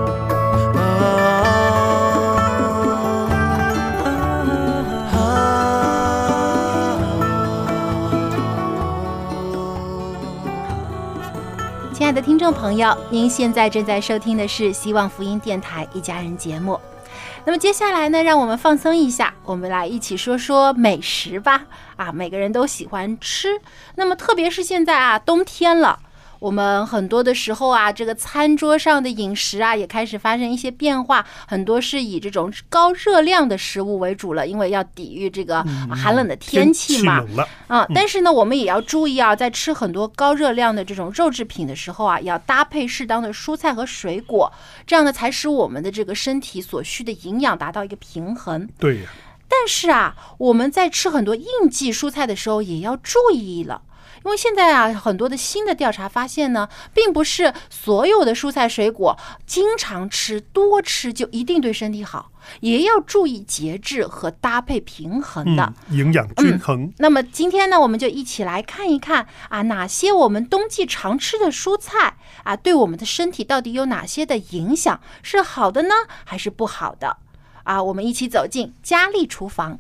亲爱的听众朋友，您现在正在收听的是希望福音电台一家人节目。那么接下来呢，让我们放松一下，我们来一起说说美食吧。每个人都喜欢吃，那么特别是现在冬天了，我们很多的时候这个餐桌上的饮食也开始发生一些变化，很多是以这种高热量的食物为主了，因为要抵御这个寒冷的天气嘛。但是呢，我们也要注意在吃很多高热量的这种肉制品的时候要搭配适当的蔬菜和水果，这样呢才使我们的这个身体所需的营养达到一个平衡。 对呀。 但是我们在吃很多应季蔬菜的时候也要注意了。因为现在很多的新的调查发现呢，并不是所有的蔬菜水果经常吃多吃就一定对身体好，也要注意节制和搭配平衡的， 营养均衡。 那么今天呢，我们就一起来看一看哪些我们冬季常吃的蔬菜对我们的身体到底有哪些的影响，是好的呢，还是不好的我们一起走进佳丽厨房。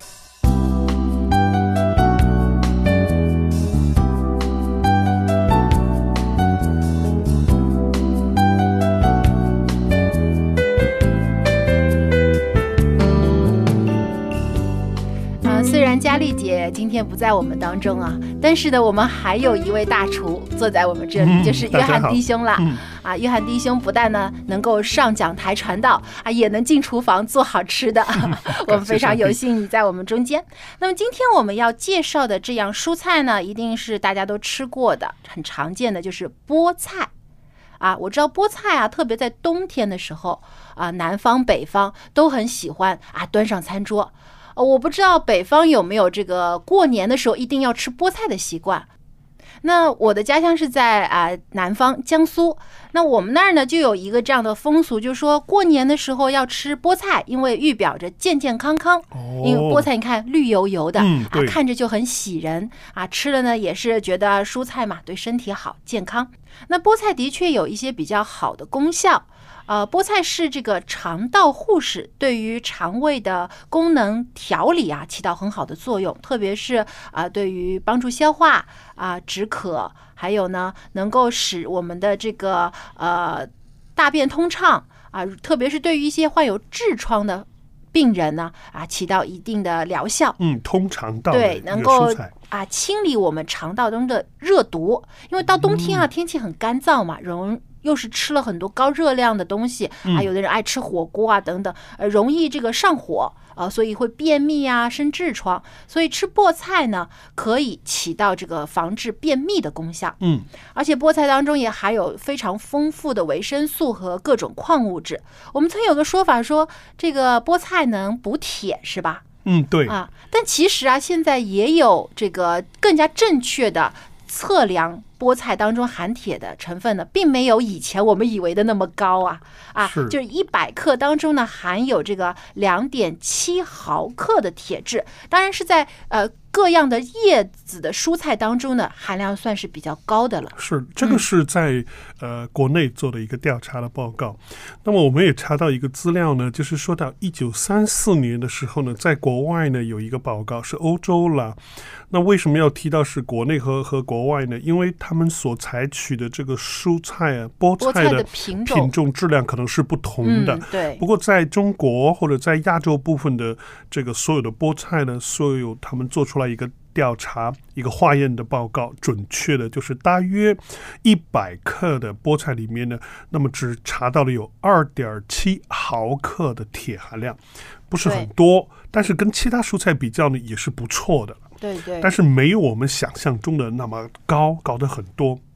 虽然佳丽姐今天不在我们当中但是呢，我们还有一位大厨坐在我们这里，就是约翰弟兄了。约翰弟兄不但呢能够上讲台传道也能进厨房做好吃的。我们非常有幸你在我们中间。那么今天我们要介绍的这样蔬菜呢，一定是大家都吃过的，很常见的就是菠菜。我知道菠菜特别在冬天的时候南方北方都很喜欢端上餐桌。我不知道北方有没有这个过年的时候一定要吃菠菜的习惯。那我的家乡是在南方江苏，那我们那儿呢就有一个这样的风俗，就是说过年的时候要吃菠菜，因为预表着健健康康。因为菠菜你看绿油油的看着就很喜人吃了呢也是觉得蔬菜嘛对身体好健康。那菠菜的确有一些比较好的功效。菠菜是这个肠道护士，对于肠胃的功能调理起到很好的作用，特别是对于帮助消化止渴，还有呢能够使我们的这个大便通畅特别是对于一些患有痔疮的病人呢起到一定的疗效。 通肠道对，能够清理我们肠道中的热毒，因为到冬天天气很干燥嘛，又是吃了很多高热量的东西有的人爱吃火锅等等，容易这个上火所以会便秘生痔疮，所以吃菠菜呢可以起到这个防治便秘的功效。而且菠菜当中也含有非常丰富的维生素和各种矿物质。我们曾有个说法说这个菠菜能补铁，是吧？ 对但其实现在也有这个更加正确的测量菠菜当中含铁的成分呢，并没有以前我们以为的那么高就是100克当中呢含有这个2.7毫克的铁质，当然是在各样的叶子的蔬菜当中呢含量算是比较高的了。 是，这个是在国内做的一个调查的报告。那么我们也查到一个资料呢，就是说到1934年的时候呢，在国外呢有一个报告是欧洲了。那为什么要提到是国内和国外呢？因为他们所采取的这个蔬菜菠菜的品种质量可能是不同的。 对。 不过在中国或者在亚洲部分的这个所有的菠菜呢，所有他们做出来一个调查，一个化验的报告，准确的就是大约100克的菠菜里面呢，那么只查到了有2.7毫克的铁含量，不是很多，但是跟其他蔬菜比较呢也是不错的。 对， 但是没有我们想象中的那么高得很多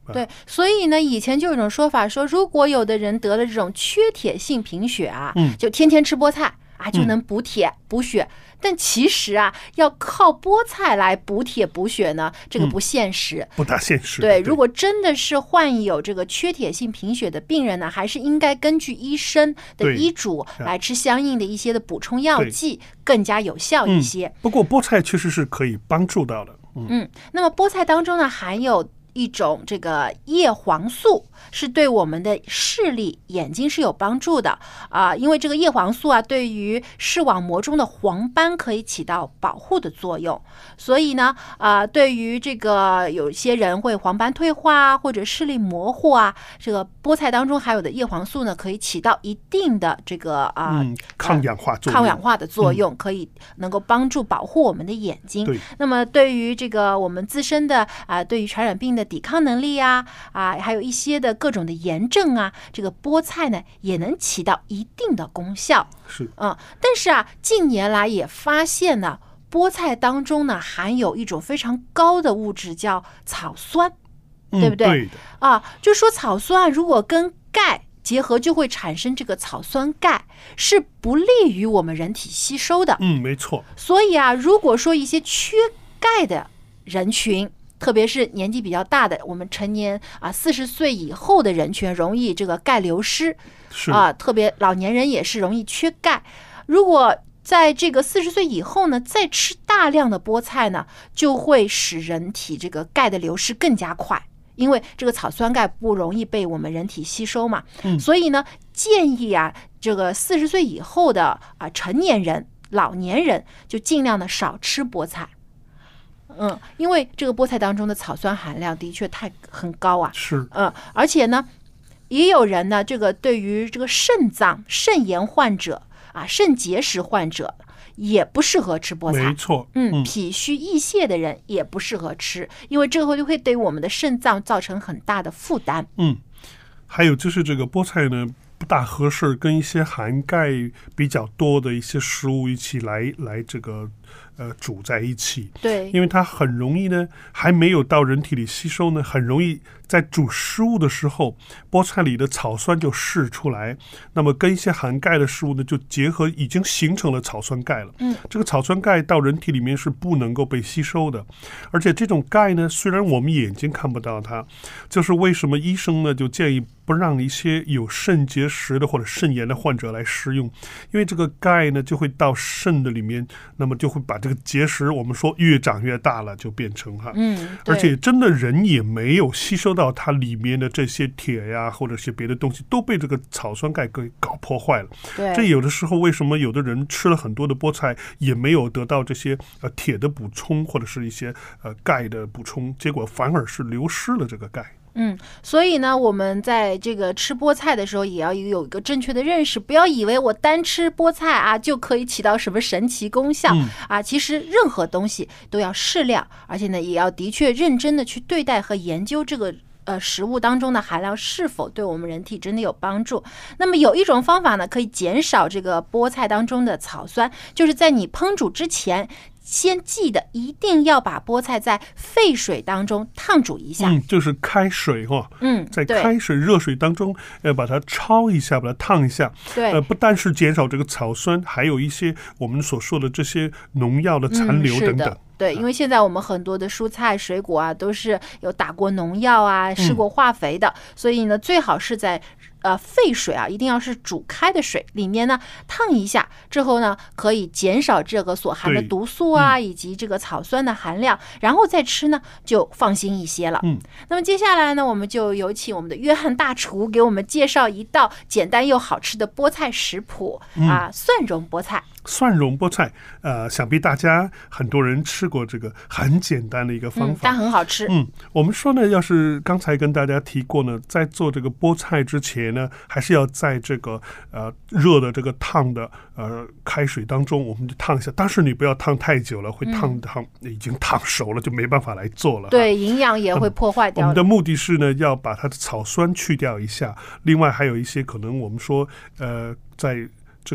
对，所以呢，以前就有一种说法说，如果有的人得了这种缺铁性贫血啊，就天天吃菠菜啊，就能补铁补血。但其实啊，要靠菠菜来补铁补血呢，这个不现实， 不大现实。 对，如果真的是患有这个缺铁性贫血的病人呢，还是应该根据医生的医嘱来吃相应的一些的补充药剂，更加有效一些。 不过菠菜确实是可以帮助到的。 那么菠菜当中呢，含有一种这个叶黄素，是对我们的视力、眼睛是有帮助的因为这个叶黄素啊，对于视网膜中的黄斑可以起到保护的作用。所以呢，对于这个有些人会黄斑退化或者视力模糊啊，这个菠菜当中含有的叶黄素呢，可以起到一定的这个抗氧化的作用，可以能够帮助保护我们的眼睛。那么对于这个我们自身的对于传染病的抵抗能力还有一些的各种的炎症这个菠菜呢也能起到一定的功效。但是近年来也发现呢，菠菜当中呢含有一种非常高的物质叫草酸，对不对？ 对的就说草酸如果跟钙结合，就会产生这个草酸钙，是不利于我们人体吸收的。 没错。 所以如果说一些缺钙的人群，特别是年纪比较大的，我们成年40岁以后的人群，容易这个钙流失，特别老年人也是容易缺钙。如果在这个40岁以后呢，再吃大量的菠菜呢，就会使人体这个钙的流失更加快，因为这个草酸钙不容易被我们人体吸收嘛。所以呢，建议这个40岁以后的成年人、老年人就尽量的少吃菠菜。因为这个菠菜当中的草酸含量的确很高是。 而且呢，也有人呢，这个对于这个肾脏、肾炎患者肾结石患者也不适合吃菠菜。 没错。 脾虚易泻的人也不适合吃，因为这个会对我们的肾脏造成很大的负担。 还有就是这个菠菜呢，不大合适跟一些含钙比较多的一些食物一起来这个煮在一起。 对， 因为它很容易呢，还没有到人体里吸收呢，很容易在煮食物的时候，菠菜里的草酸就释出来，那么跟一些含钙的食物呢就结合，已经形成了草酸钙了。这个草酸钙到人体里面是不能够被吸收的，而且这种钙呢，虽然我们眼睛看不到它，就是为什么医生呢就建议不让一些有肾结石的或者肾炎的患者来食用，因为这个钙呢就会到肾的里面，那么就会把这个结石，我们说越长越大了，就变成而且真的人也没有吸收到它里面的这些铁呀，或者是别的东西，都被这个草酸钙给搞破坏了。这有的时候为什么有的人吃了很多的菠菜，也没有得到这些铁的补充，或者是一些钙的补充，结果反而是流失了这个钙。 所以呢，我们在这个吃菠菜的时候，也要有一个正确的认识，不要以为我单吃菠菜就可以起到什么神奇功效其实任何东西都要适量，而且呢，也要的确认真的去对待和研究这个食物当中的含量是否对我们人体真的有帮助。那么有一种方法呢，可以减少这个菠菜当中的草酸，就是在你烹煮之前，先记得一定要把菠菜在沸水当中烫煮一下。 就是开水在开水热水当中把它焯一下，把它烫一下。 对， 不但是减少这个草酸，还有一些我们所说的这些农药的残留等等。 对，因为现在我们很多的蔬菜水果都是有打过农药施过化肥的，所以呢，最好是在沸水一定要是煮开的水里面呢烫一下之后呢，可以减少这个所含的毒素以及这个草酸的含量，然后再吃呢就放心一些了。那么接下来呢，我们就有请我们的约翰大厨给我们介绍一道简单又好吃的菠菜食谱蒜蓉菠菜。 蒜蓉菠菜，想必大家很多人吃过这个很简单的一个方法， 但很好吃。 我们说呢，要是刚才跟大家提过呢，在做这个菠菜之前呢，还是要在这个热的这个烫的开水当中，我们就烫一下。但是你不要烫太久了，会烫已经烫熟了，就没办法来做了。 对，营养也会破坏掉。 我们的目的是呢，要把它的草酸去掉一下。另外还有一些可能我们说在这个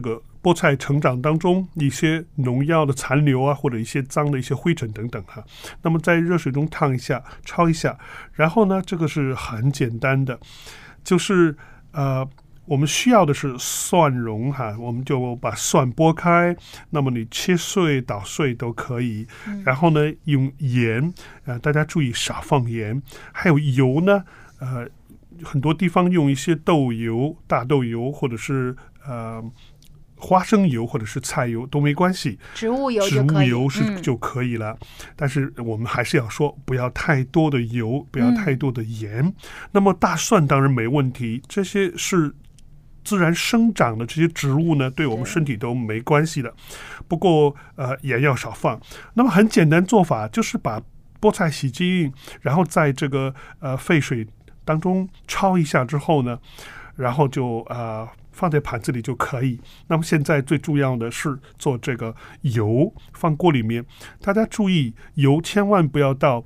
菠菜成长当中一些农药的残留啊，或者一些脏的一些灰尘等等哈。那么在热水中烫一下，焯一下，然后呢，这个是很简单的，就是我们需要的是蒜蓉哈，我们就把蒜剥开，那么你切碎捣碎都可以。然后呢，用盐，大家注意少放盐，还有油呢，很多地方用一些豆油、大豆油，或者是花生油或者是菜油都没关系， 植物油就可以了。但是我们还是要说，不要太多的油，不要太多的盐。那么大蒜当然没问题，这些是自然生长的这些植物呢，对我们身体都没关系的。不过盐要少放。那么很简单做法，就是把菠菜洗净，然后在这个沸水当中焯一下之后呢，然后就放在盘子里就可以。那么现在最重要的是做这个油放锅里面，大家注意油千万不要到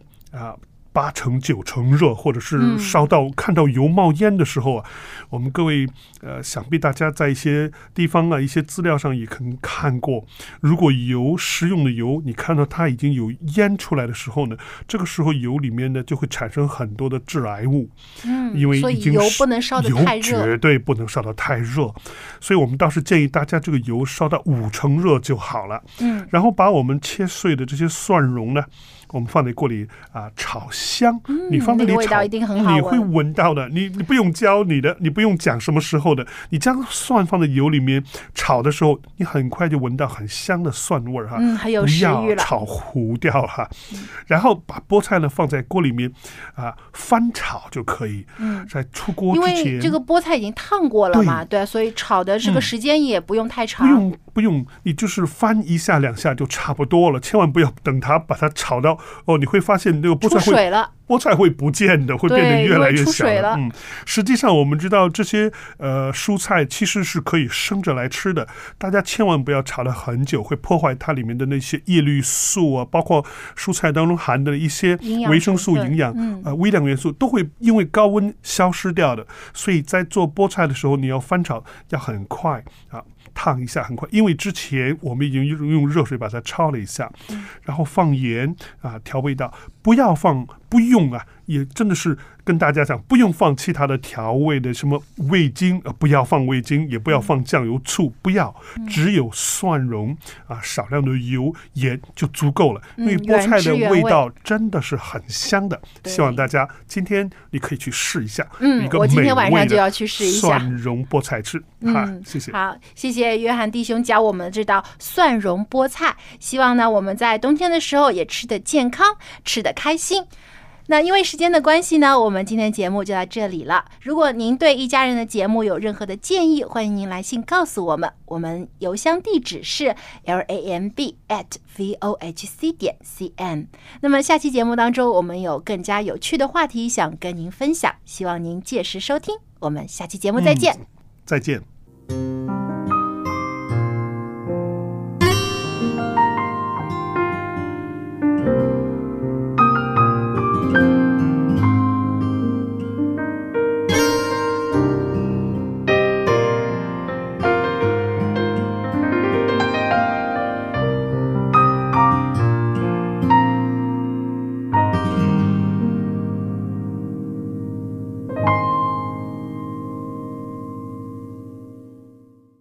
8成9成热，或者是烧到看到油冒烟的时候啊，我们各位想必大家在一些地方啊，一些资料上也可能看过，如果食用的油你看到它已经有烟出来的时候呢，这个时候油里面呢就会产生很多的致癌物，因为已经所以油不能烧得太热， 油绝对不能烧得太热，所以我们倒是建议大家这个油烧到5成热就好了。然后把我们切碎的这些蒜蓉呢，我们放在锅里炒香，你放在里炒， 那个味道一定很好闻， 你会闻到的。你不用教你的，你不用讲什么时候的，你将蒜放在油里面炒的时候，你很快就闻到很香的蒜味哈。 很有食欲了。 不要炒糊掉哈。然后把菠菜呢放在锅里面翻炒就可以。在出锅之前， 因为这个菠菜已经烫过了嘛，对，所以炒的这个时间也不用太长。 不用，你就是翻1下2下就差不多了，千万不要等它把它炒到你会发现这个菠菜出水了。 菠菜会不见的，会变得越来越小了。 实际上我们知道这些蔬菜其实是可以生着来吃的，大家千万不要炒了很久，会破坏它里面的那些叶绿素啊，包括蔬菜当中含的一些维生素、营养微量元素都会因为高温消失掉的。所以在做菠菜的时候，你要翻炒要很快烫一下很快，因为之前我们已经用热水把它焯了一下，然后放盐调味道，不用也真的是跟大家讲，不用放其他的调味的什么味精，不要放味精，也不要放酱油、醋，不要，只有蒜蓉少量的油、盐就足够了。因为菠菜的味道真的是很香的，希望大家今天你可以去试一下，一个我今天晚上就要去试一下蒜蓉菠菜吃。谢谢。 好，谢谢约翰弟兄教我们这道蒜蓉菠菜，希望呢我们在冬天的时候也吃得健康，吃得开心。那因为时间的关系呢，我们今天节目就到这里了。如果您对一家人的节目有任何的建议，欢迎您来信告诉我们。我们邮箱地址是 lamb@vohc.cn。那么下期节目当中，我们有更加有趣的话题想跟您分享，希望您届时收听。我们下期节目再见。 再见。